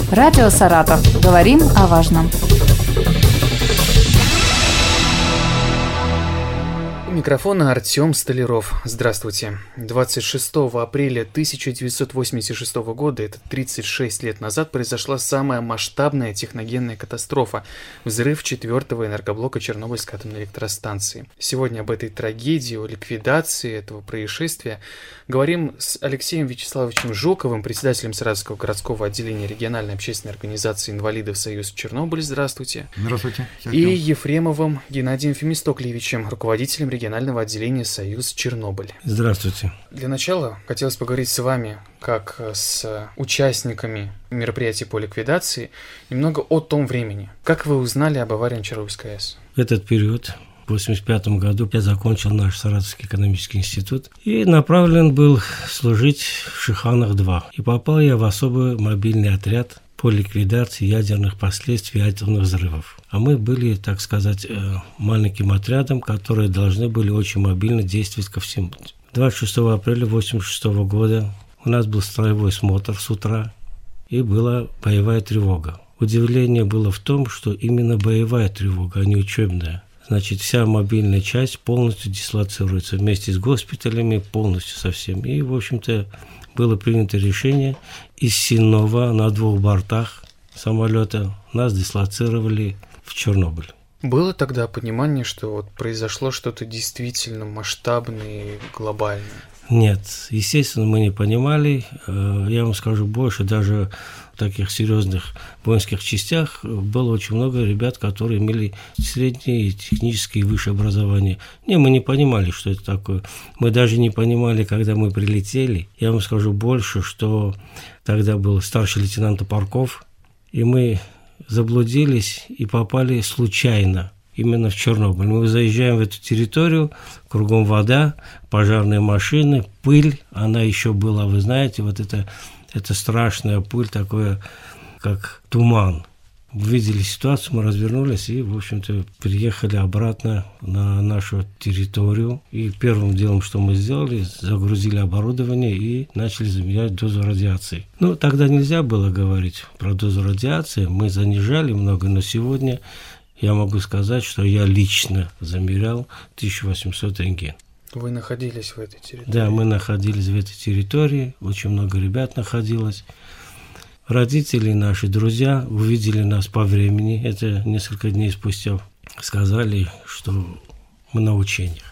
Радио «Саратов». Говорим о важном. У микрофона Артем Столяров. Здравствуйте. 26 апреля 1986 года, это 36 лет назад, произошла самая масштабная техногенная катастрофа – взрыв 4-го энергоблока Чернобыльской атомной электростанции. Сегодня об этой трагедии, о ликвидации этого происшествия говорим с Алексеем Вячеславовичем Жуковым, председателем Саратовского городского отделения региональной общественной организации инвалидов «Союз Чернобыль». Здравствуйте. Здравствуйте. И Ефремовым Геннадием Фемистоклиевичем, руководителем регионального отделения «Союз Чернобыль». Здравствуйте. Для начала хотелось поговорить с вами, как с участниками мероприятий по ликвидации, немного о том времени. Как вы узнали об аварии на Чернобыльской АЭС? В этот период, в 1985 году, я закончил наш Саратовский экономический институт и направлен был служить в Шиханах-2. И попал я в особый мобильный отряд по ликвидации ядерных последствий атомных взрывов. А мы были, так сказать, маленьким отрядом, которые должны были очень мобильно действовать ко всему. 26 апреля 1986 года у нас был строевой смотр с утра, и была боевая тревога. Удивление было в том, что именно боевая тревога, а не учебная. Значит, вся мобильная часть полностью дислоцируется вместе с госпиталями, полностью со всем. И, в общем-то, было принято решение из Синова на 2 бортах самолета нас дислоцировали в Чернобыль. Было тогда понимание, что вот произошло что-то действительно масштабное и глобальное? Нет, естественно, мы не понимали. Я вам скажу больше, даже в таких серьезных воинских частях было очень много ребят, которые имели среднее, техническое и высшее образование. Мы не понимали, что это такое. Мы даже не понимали, когда мы прилетели. Я вам скажу больше, что тогда был старший лейтенант Топорков, и мы заблудились и попали случайно именно в Чернобыль. Мы заезжаем в эту территорию, кругом вода, пожарные машины, пыль, она еще была, вы знаете, вот это страшная пыль, такое, как туман. Увидели ситуацию, мы развернулись и, в общем-то, приехали обратно на нашу территорию. И первым делом, что мы сделали, загрузили оборудование и начали замерять дозу радиации. Тогда нельзя было говорить про дозу радиации, мы занижали много, но сегодня я могу сказать, что я лично замерял 1800 рентген. Вы находились в этой территории? Да, мы находились в этой территории, очень много ребят находилось. Родители, наши друзья увидели нас по времени, это несколько дней спустя, сказали, что мы на учениях.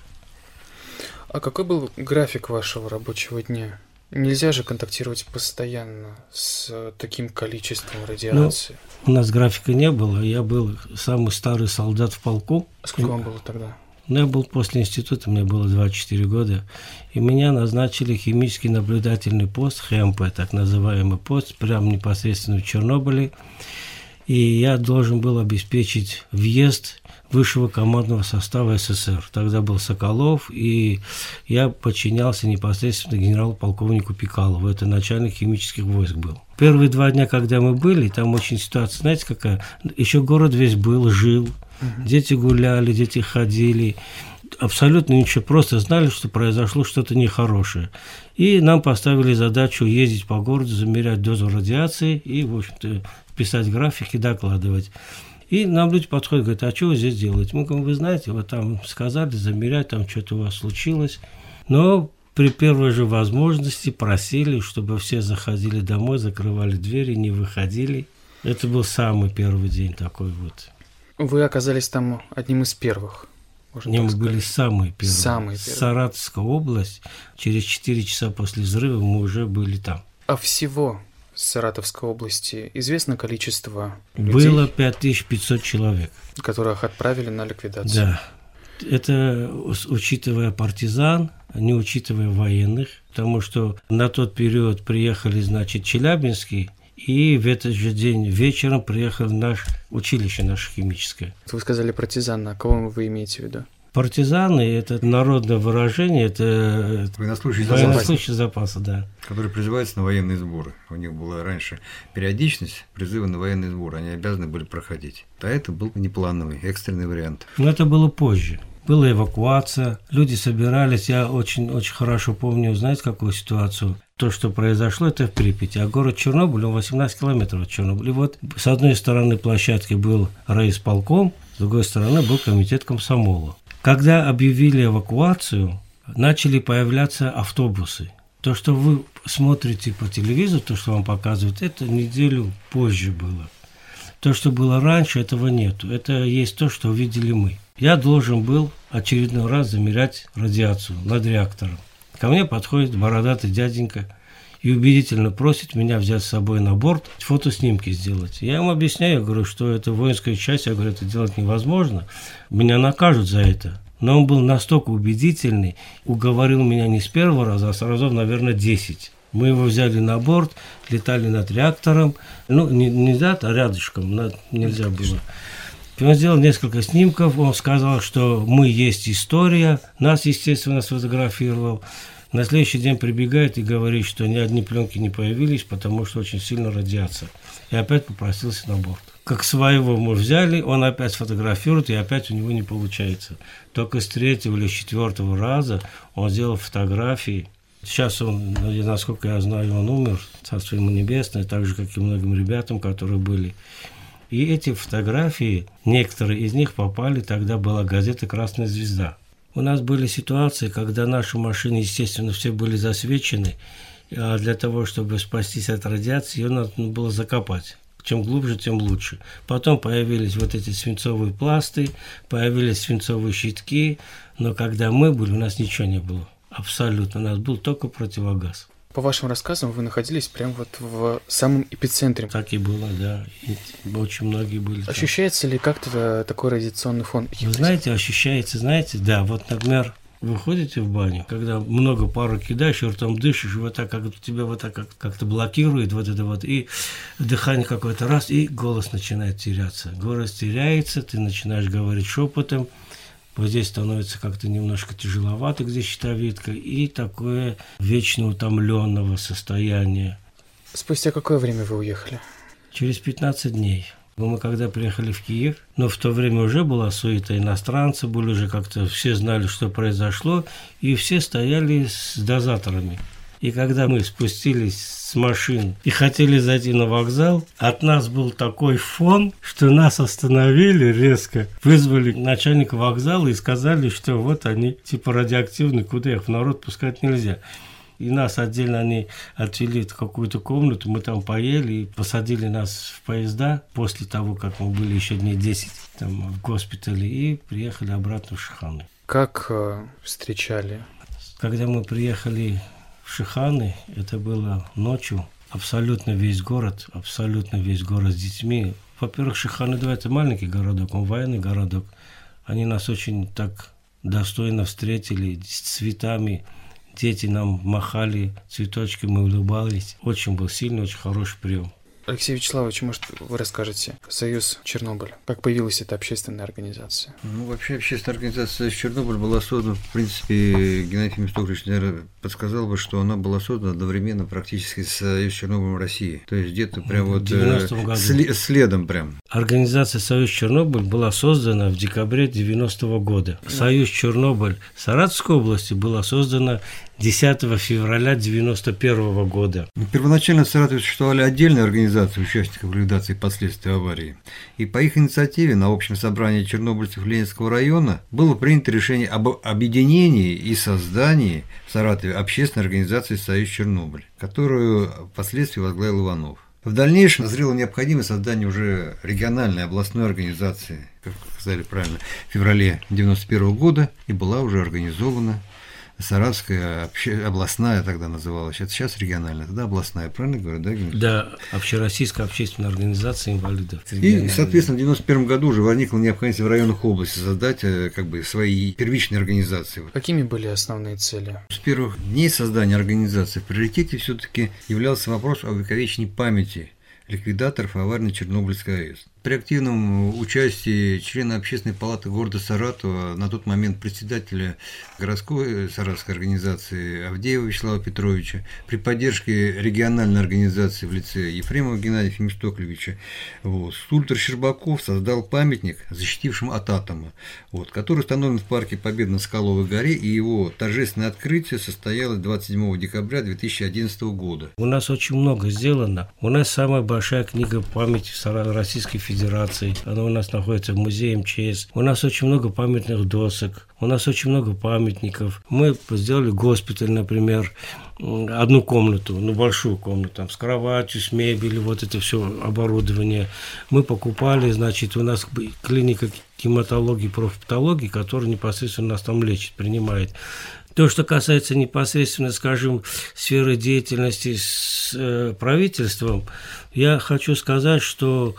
А какой был график вашего рабочего дня? Нельзя же контактировать постоянно с таким количеством радиации. У нас графика не было, я был самый старый солдат в полку. А сколько вам было тогда? Я был после института, мне было 24 года, и меня назначили химический наблюдательный пост, ХМП, так называемый пост, прямо непосредственно в Чернобыле, и я должен был обеспечить въезд высшего командного состава СССР. Тогда был Соколов, и я подчинялся непосредственно генерал-полковнику Пикалову, это начальник химических войск был. Первые 2 дня, когда мы были, там очень ситуация, знаете, какая? Еще город весь был, жил, дети гуляли, дети ходили, абсолютно ничего, просто знали, что произошло что-то нехорошее. И нам поставили задачу ездить по городу, замерять дозу радиации и, в общем-то, писать графики, докладывать. И нам люди подходят, говорят, а что вы здесь делаете? Мы говорим, вы знаете, вот там сказали замерять, там что-то у вас случилось. Но при первой же возможности просили, чтобы все заходили домой, закрывали двери, не выходили. Это был самый первый день такой вот. Вы оказались там одним из первых? Мы были самые первые. Саратовская область. Через 4 часа после взрыва мы уже были там. А всего в Саратовской области известно количество людей? Было 5500 человек. Которых отправили на ликвидацию? Да. Это учитывая партизан, не учитывая военных, потому что на тот период приехали, челябинские, и в этот же день вечером приехал училище наше химическое. Вы сказали партизан, а кого вы имеете в виду? Партизаны – это народное выражение, это военнослужащие запаса, да. Которые призываются на военные сборы. У них была раньше периодичность призыва на военные сборы, они обязаны были проходить. А это был неплановый, экстренный вариант. Но это было позже. Была эвакуация, люди собирались. Я очень хорошо помню, знаете, какую ситуацию? То, что произошло, это в Припяти. А город Чернобыль, он 18 километров от Чернобыля. И вот с одной стороны площадки был райисполком, с другой стороны был комитет комсомола. Когда объявили эвакуацию, начали появляться автобусы. То, что вы смотрите по телевизору, то, что вам показывают, это неделю позже было. То, что было раньше, этого нету. Это есть то, что увидели мы. Я должен был очередной раз замерять радиацию над реактором. Ко мне подходит бородатый дяденька и убедительно просит меня взять с собой на борт, фотоснимки сделать. Я ему объясняю, говорю, что это воинская часть, я говорю, это делать невозможно, меня накажут за это. Но он был настолько убедительный, уговорил меня не с первого раза, а сразу, наверное, 10. Мы его взяли на борт, летали над реактором, не над, а рядышком, нельзя было. Он сделал несколько снимков, он сказал, что мы есть история, нас, естественно, сфотографировал. На следующий день прибегает и говорит, что ни одни пленки не появились, потому что очень сильно радиация. И опять попросился на борт. Как своего мы взяли, он опять сфотографирует, и опять у него не получается. Только с 3-го или 4-го раза он сделал фотографии. Сейчас он, насколько я знаю, он умер, царство ему небесное, так же, как и многим ребятам, которые были. И эти фотографии, некоторые из них попали, тогда была газета «Красная звезда». У нас были ситуации, когда наши машины, естественно, все были засвечены, а для того, чтобы спастись от радиации, ее надо было закопать. Чем глубже, тем лучше. Потом появились вот эти свинцовые пласты, появились свинцовые щитки, но когда мы были, у нас ничего не было. Абсолютно. У нас был только противогаз. По вашим рассказам, вы находились прямо вот в самом эпицентре. Так и было, да. И очень многие были. Ощущается ли как-то такой радиационный фон? Вы знаете, ощущается, да, вот, например, вы ходите в баню, когда много пара кидаешь, и ртом дышишь, и вот так, как тебя вот так как-то блокирует вот это вот, и дыхание какое-то раз, и голос начинает теряться. Голос теряется, ты начинаешь говорить шепотом, вот здесь становится как-то немножко тяжеловато, где щитовидка, и такое вечно утомленного состояния. Спустя какое время вы уехали? Через 15 дней. Мы когда приехали в Киев, но в то время уже была суета, иностранцы были уже как-то, все знали, что произошло, и все стояли с дозаторами. И когда мы спустились с машин и хотели зайти на вокзал, от нас был такой фон, что нас остановили резко, вызвали начальника вокзала и сказали, что вот они типа радиоактивные, куда их в народ пускать нельзя. И нас отдельно они отвели в какую-то комнату, мы там поели и посадили нас в поезда после того, как мы были еще дней 10 там, в госпитале, и приехали обратно в Шиханы. Как встречали? Когда мы приехали в Шиханы, это было ночью, абсолютно весь город с детьми. Во-первых, Шиханы, да, это маленький городок, он военный городок. Они нас очень так достойно встретили, с цветами. Дети нам махали цветочками, улыбались. Очень был сильный, очень хороший прием. Алексей Вячеславович, может, вы расскажете? Союз Чернобыль. Как появилась эта общественная организация? Вообще общественная организация Союз Чернобыль была создана, в принципе, Геннадий Фемистокрович, наверное, подсказал бы, что она была создана одновременно практически с Союз Чернобылем России. То есть где-то прям вот следом прям. Организация Союз Чернобыль была создана в декабре 90-го года. Союз Чернобыль Саратовской области была создана 10 февраля 1991 года. Первоначально в Саратове существовали отдельные организации участников ликвидации последствий аварии. И по их инициативе на общем собрании чернобыльцев Ленинского района было принято решение об объединении и создании в Саратове общественной организации «Союз Чернобыль», которую впоследствии возглавил Иванов. В дальнейшем назрела необходимость создания уже региональной областной организации, как сказали правильно, в феврале 1991 года, и была уже организована Саратовская областная тогда называлась, это сейчас региональная, тогда областная, правильно говорю, да, Геннадий? Да, Общероссийская общественная организация инвалидов. И, соответственно, в 1991 году уже возникла необходимость в районах области создать свои первичные организации. Какими были основные цели? С первых дней создания организации в приоритете все-таки являлся вопрос о увековечении памяти ликвидаторов аварии на Чернобыльской АЭС. при активном участии члена Общественной палаты города Саратова, на тот момент председателя городской саратовской организации Авдеева Вячеслава Петровича, при поддержке региональной организации в лице Ефремова Геннадия Фемистоклевича, скульптор Щербаков создал памятник, защитившим от атома, который установлен в парке Победы на Соколовой горе, и его торжественное открытие состоялось 27 декабря 2011 года. У нас очень много сделано. У нас самая большая книга памяти Российской Федерации. Она у нас находится в музее МЧС. У нас очень много памятных досок. У нас очень много памятников. Мы сделали госпиталь, например, одну комнату, большую комнату, там, с кроватью, с мебелью, это все оборудование. Мы покупали, у нас клиника гематологии, профтологии, которая непосредственно нас там лечит, принимает. То, что касается непосредственно, сферы деятельности с правительством, я хочу сказать, что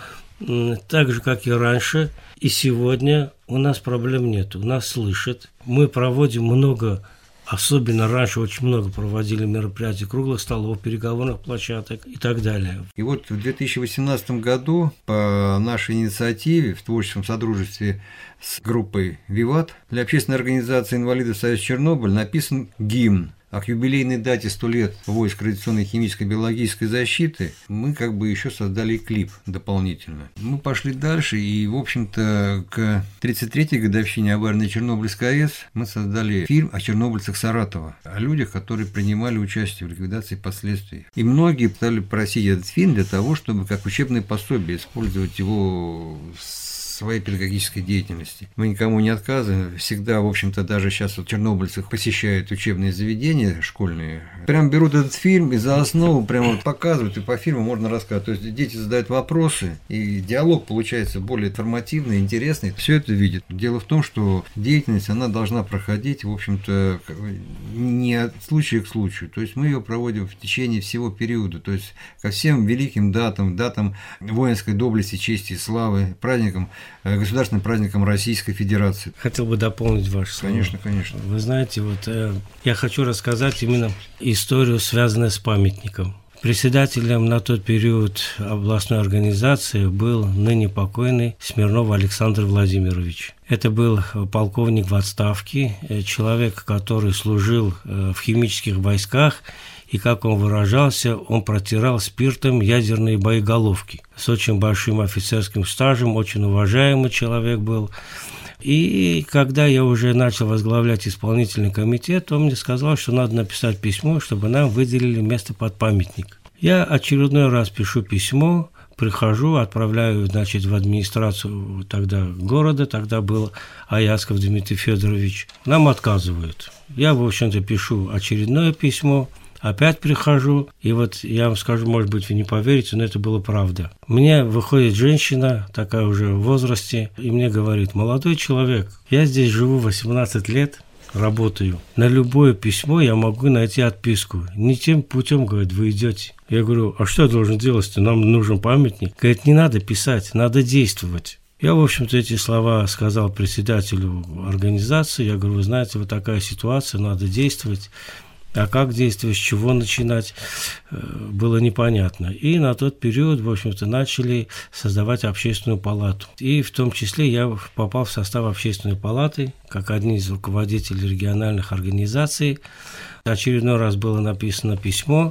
так же, как и раньше, и сегодня у нас проблем нет, у нас слышат. Мы проводим много, особенно раньше очень много проводили мероприятий, круглых столов, переговорных площадок и так далее. И в 2018 году по нашей инициативе в творческом содружестве с группой «Виват» для общественной организации инвалидов Союз Чернобыль написан гимн. А к юбилейной дате 100 лет войск радиационной химической биологической защиты мы еще создали клип дополнительно. Мы пошли дальше, и, в общем-то, к 33-й годовщине аварии на Чернобыльской АЭС мы создали фильм о чернобыльцах Саратова, о людях, которые принимали участие в ликвидации последствий. И многие стали просить этот фильм для того, чтобы как учебное пособие использовать его в своей педагогической деятельности. Мы никому не отказываем. Всегда, в общем-то, даже сейчас чернобыльцы посещают учебные заведения школьные. Прям берут этот фильм и за основу прямо показывают, и по фильму можно рассказывать. То есть дети задают вопросы, и диалог получается более информативный, интересный. Все это видят. Дело в том, что деятельность, она должна проходить, в общем-то, не от случая к случаю. То есть мы ее проводим в течение всего периода. То есть ко всем великим датам воинской доблести, чести и славы, праздникам, государственным праздником Российской Федерации. Хотел бы дополнить ваши слова. Конечно. Вы знаете, я хочу рассказать именно историю, связанную с памятником. Председателем на тот период областной организации был ныне покойный Смирнов Александр Владимирович. Это был полковник в отставке, человек, который служил в химических войсках, и, как он выражался, он протирал спиртом ядерные боеголовки. С очень большим офицерским стажем, очень уважаемый человек был. И когда я уже начал возглавлять исполнительный комитет, он мне сказал, что надо написать письмо, чтобы нам выделили место под памятник. Я очередной раз пишу письмо, прихожу, отправляю, в администрацию тогда города, тогда был Аясков Дмитрий Федорович. Нам отказывают. Я, в общем-то, пишу очередное письмо, опять прихожу, и я вам скажу, может быть, вы не поверите, но это была правда. Мне выходит женщина, такая уже в возрасте, и мне говорит: молодой человек, я здесь живу 18 лет, работаю. На любое письмо я могу найти отписку. Не тем путем, говорит, вы идете. Я говорю: а что я должен делать-то? Нам нужен памятник. Говорит: не надо писать, надо действовать. Я, в общем-то, эти слова сказал председателю организации. Я говорю: вы знаете, такая ситуация, надо действовать. А как действовать, с чего начинать, было непонятно. И на тот период, в общем-то, начали создавать общественную палату. И в том числе я попал в состав общественной палаты, как один из руководителей региональных организаций. Очередной раз было написано письмо,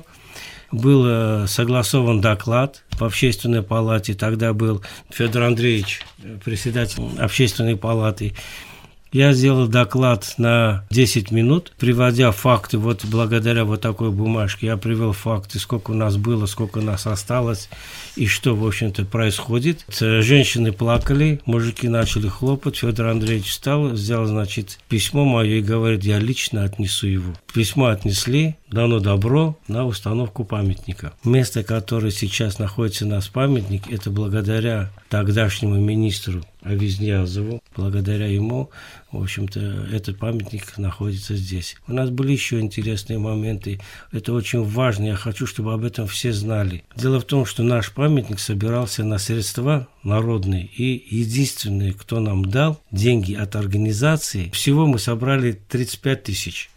был согласован доклад в общественной палате. Тогда был Федор Андреевич, председатель общественной палаты. Я сделал доклад на 10 минут, приводя факты, благодаря такой бумажке. Я привел факты, сколько у нас было, сколько у нас осталось и что, в общем-то, происходит. Женщины плакали, мужики начали хлопать. Федор Андреевич встал, взял, письмо мое и говорит: я лично отнесу его. Письмо отнесли, дано добро на установку памятника. Место, которое сейчас находится у нас памятник, это благодаря тогдашнему министру Авизнязову. Благодаря ему, в общем-то, этот памятник находится здесь. У нас были еще интересные моменты. Это очень важно. Я хочу, чтобы об этом все знали. Дело в том, что наш памятник собирался на средства народные. И единственный, кто нам дал деньги от организации, всего мы собрали 35 тысяч.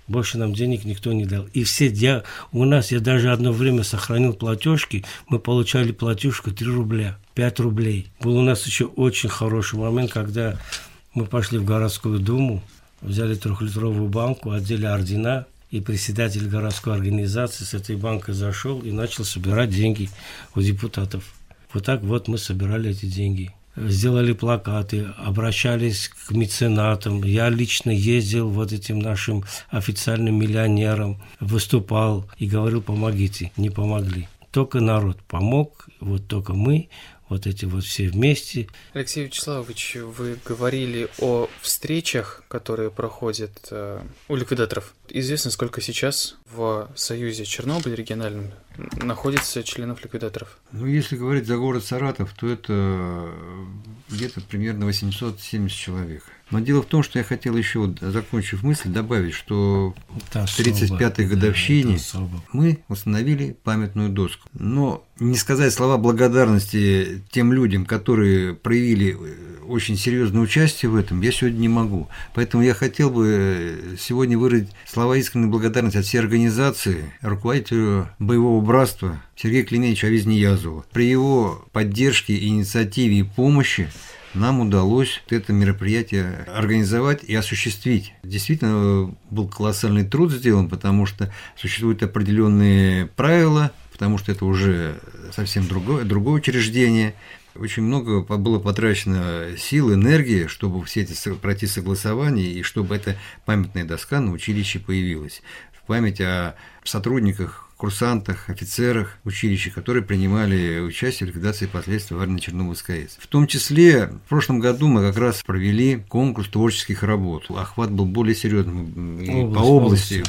Больше нам денег никто не дал. И все у нас, я даже одно время сохранил платежки, мы получали платежку 3 рубля, 5 рублей. Был у нас еще очень хороший момент, когда мы пошли в городскую думу, взяли 3-литровую банку, одели ордена, и председатель городской организации с этой банкой зашел и начал собирать деньги у депутатов. Вот так вот мы собирали эти деньги. Сделали плакаты, обращались к меценатам. Я лично ездил вот этим нашим официальным миллионерам, выступал и говорил: помогите. Не помогли. Только народ помог, вот только мы, вот эти вот все вместе. Алексей Вячеславович, вы говорили о встречах, которые проходят у ликвидаторов. Известно, сколько сейчас в Союзе Чернобыль региональном находится членов ликвидаторов? Ну, если говорить за город Саратов, то это где-то примерно 870 человек. Но дело в том, что я хотел еще, закончив мысль, добавить, что в 35-й годовщине мы установили памятную доску. Но не сказать слова благодарности тем людям, которые проявили очень серьезное участие в этом, я сегодня не могу. Поэтому я хотел бы сегодня выразить слова искренней благодарности от всей организации руководителю боевого братства Сергею Климентьевичу Авизнеязову. При его поддержке, инициативе и помощи нам удалось это мероприятие организовать и осуществить. Действительно, был колоссальный труд сделан, потому что существуют определенные правила, потому что это уже совсем другое учреждение. Очень много было потрачено сил, энергии, чтобы все эти пройти согласования и чтобы эта памятная доска на училище появилась. В память о сотрудниках, курсантах, офицерах училища, которые принимали участие в ликвидации последствий аварии на Чернобыльской АЭС. В том числе в прошлом году мы как раз провели конкурс творческих работ. Охват был более серьезным по области.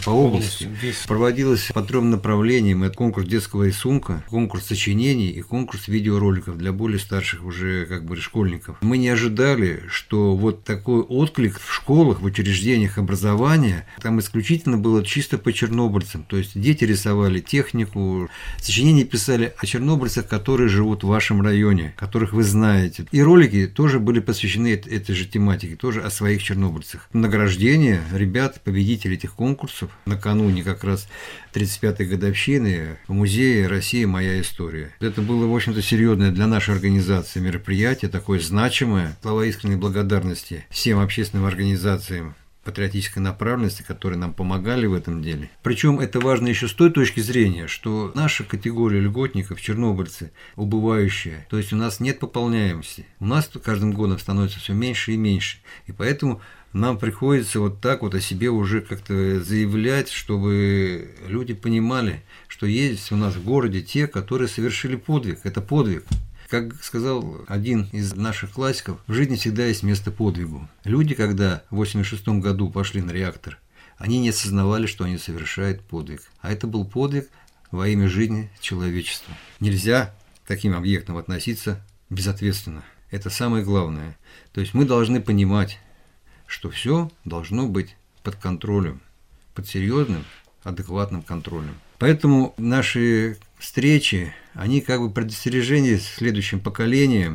Проводилось по 3 направлениям. Это конкурс детского рисунка, конкурс сочинений и конкурс видеороликов для более старших уже школьников. Мы не ожидали, что вот такой отклик в школах, в учреждениях образования, там исключительно было чисто по чернобыльцам. То есть дети рисовали технику, сочинения писали о чернобыльцах, которые живут в вашем районе, которых вы знаете. И ролики тоже были посвящены этой же тематике, тоже о своих чернобыльцах. Награждение ребят, победителей этих конкурсов, накануне как раз 35-й годовщины в музее «Россия. Моя история». Это было, в общем-то, серьезное для нашей организации мероприятие, такое значимое. Слова искренней благодарности всем общественным организациям патриотической направленности, которые нам помогали в этом деле. Причем это важно еще с той точки зрения, что наша категория льготников, чернобыльцы, убывающая, то есть у нас нет пополняемости. У нас каждым годом становится все меньше и меньше. И поэтому нам приходится вот так вот о себе уже как-то заявлять, чтобы люди понимали, что есть у нас в городе те, которые совершили подвиг. Это подвиг. Как сказал один из наших классиков, в жизни всегда есть место подвигу. Люди, когда в 1986 году пошли на реактор, они не осознавали, что они совершают подвиг. А это был подвиг во имя жизни человечества. Нельзя к таким объектам относиться безответственно. Это самое главное. То есть мы должны понимать, что все должно быть под контролем, под серьезным, адекватным контролем. Поэтому наши встречи, они как бы предостережение следующим поколениям,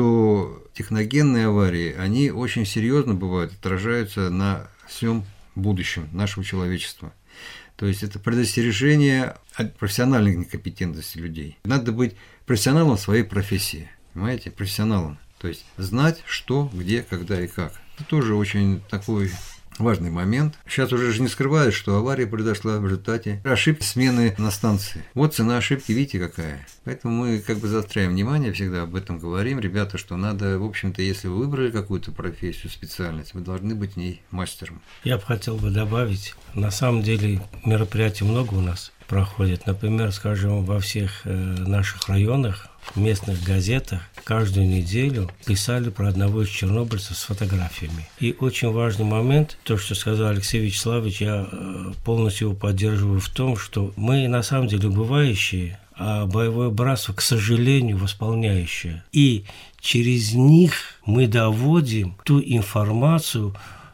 что техногенные аварии, они очень серьезно бывают, отражаются на всем будущем нашего человечества. То есть это предостережение от профессиональной некомпетентности людей. Надо быть профессионалом в своей профессии, понимаете, профессионалом. То есть знать, что, где, когда и как. Это тоже очень такой важный момент. Сейчас уже же не скрывают, что авария произошла в результате ошибки смены на станции. Вот цена ошибки, видите, какая. Поэтому мы как бы заостряем внимание, всегда об этом говорим, ребята, что надо, в общем-то, если вы выбрали какую-то профессию, специальность, вы должны быть в ней мастером. Я бы хотел добавить, на самом деле мероприятий много у нас проходит. Например, скажем, во всех наших районах, в местных газетах каждую неделю писали про одного из чернобыльцев с фотографиями. И очень важный момент, то, что сказал Алексей Вячеславович, я полностью его поддерживаю в том, что мы на самом деле убывающие, а боевое братство, к сожалению, восполняющее. И через них мы доводим ту информацию,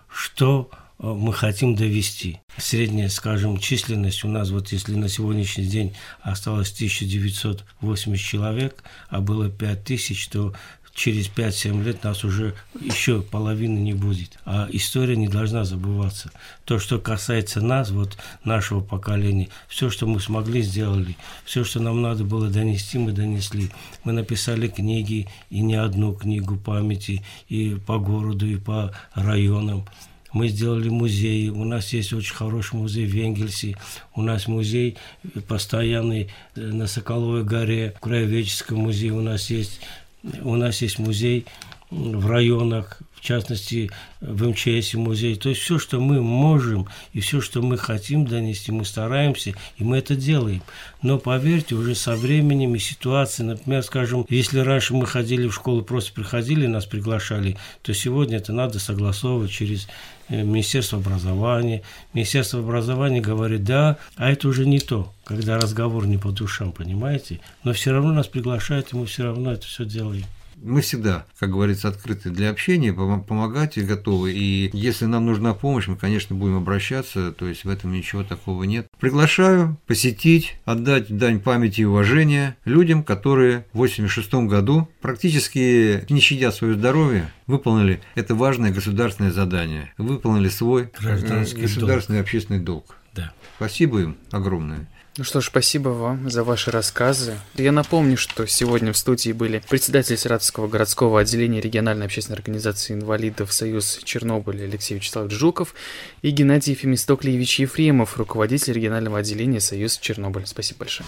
что мы хотим довести. Средняя, скажем, численность у нас, вот если на сегодняшний день осталось 1980 человек, а было 5000, то через 5-7 лет нас уже еще половины не будет. А история не должна забываться. То, что касается нас, вот нашего поколения, все, что мы смогли, сделали. Все, что нам надо было донести, мы донесли. Мы написали книги, и не одну книгу памяти, и по городу, и по районам. Мы сделали музей, у нас есть очень хороший музей в Энгельсе, у нас музей постоянный на Соколовой горе, краеведческий музей, у нас есть музей в районах, в частности в МЧС музей. То есть все, что мы можем и все, что мы хотим донести, мы стараемся, и мы это делаем. Но поверьте, уже со временем и ситуацией, например, скажем, если раньше мы ходили в школу, просто приходили, нас приглашали, то сегодня это надо согласовывать через Министерство образования. Министерство образования говорит да, а это уже не то, когда разговор не по душам, понимаете? Но все равно нас приглашают, и мы все равно это все делаем. Мы всегда, как говорится, открыты для общения, помогать и готовы. И если нам нужна помощь, мы, конечно, будем обращаться, то есть в этом ничего такого нет. Приглашаю посетить, отдать дань памяти и уважения людям, которые в 1986 году, практически не щадя свое здоровье, выполнили это важное государственное задание, выполнили свой государственный общественный долг. Да. Спасибо им огромное. Ну что ж, спасибо вам за ваши рассказы. Я напомню, что сегодня в студии были председатель Саратовского городского отделения региональной общественной организации инвалидов «Союз Чернобыль» Алексей Вячеславович Жуков и Геннадий Фемистоклиевич Ефремов, руководитель регионального отделения «Союз Чернобыль». Спасибо большое.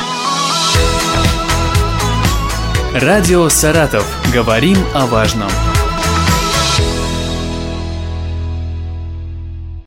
Радио «Саратов». Говорим о важном.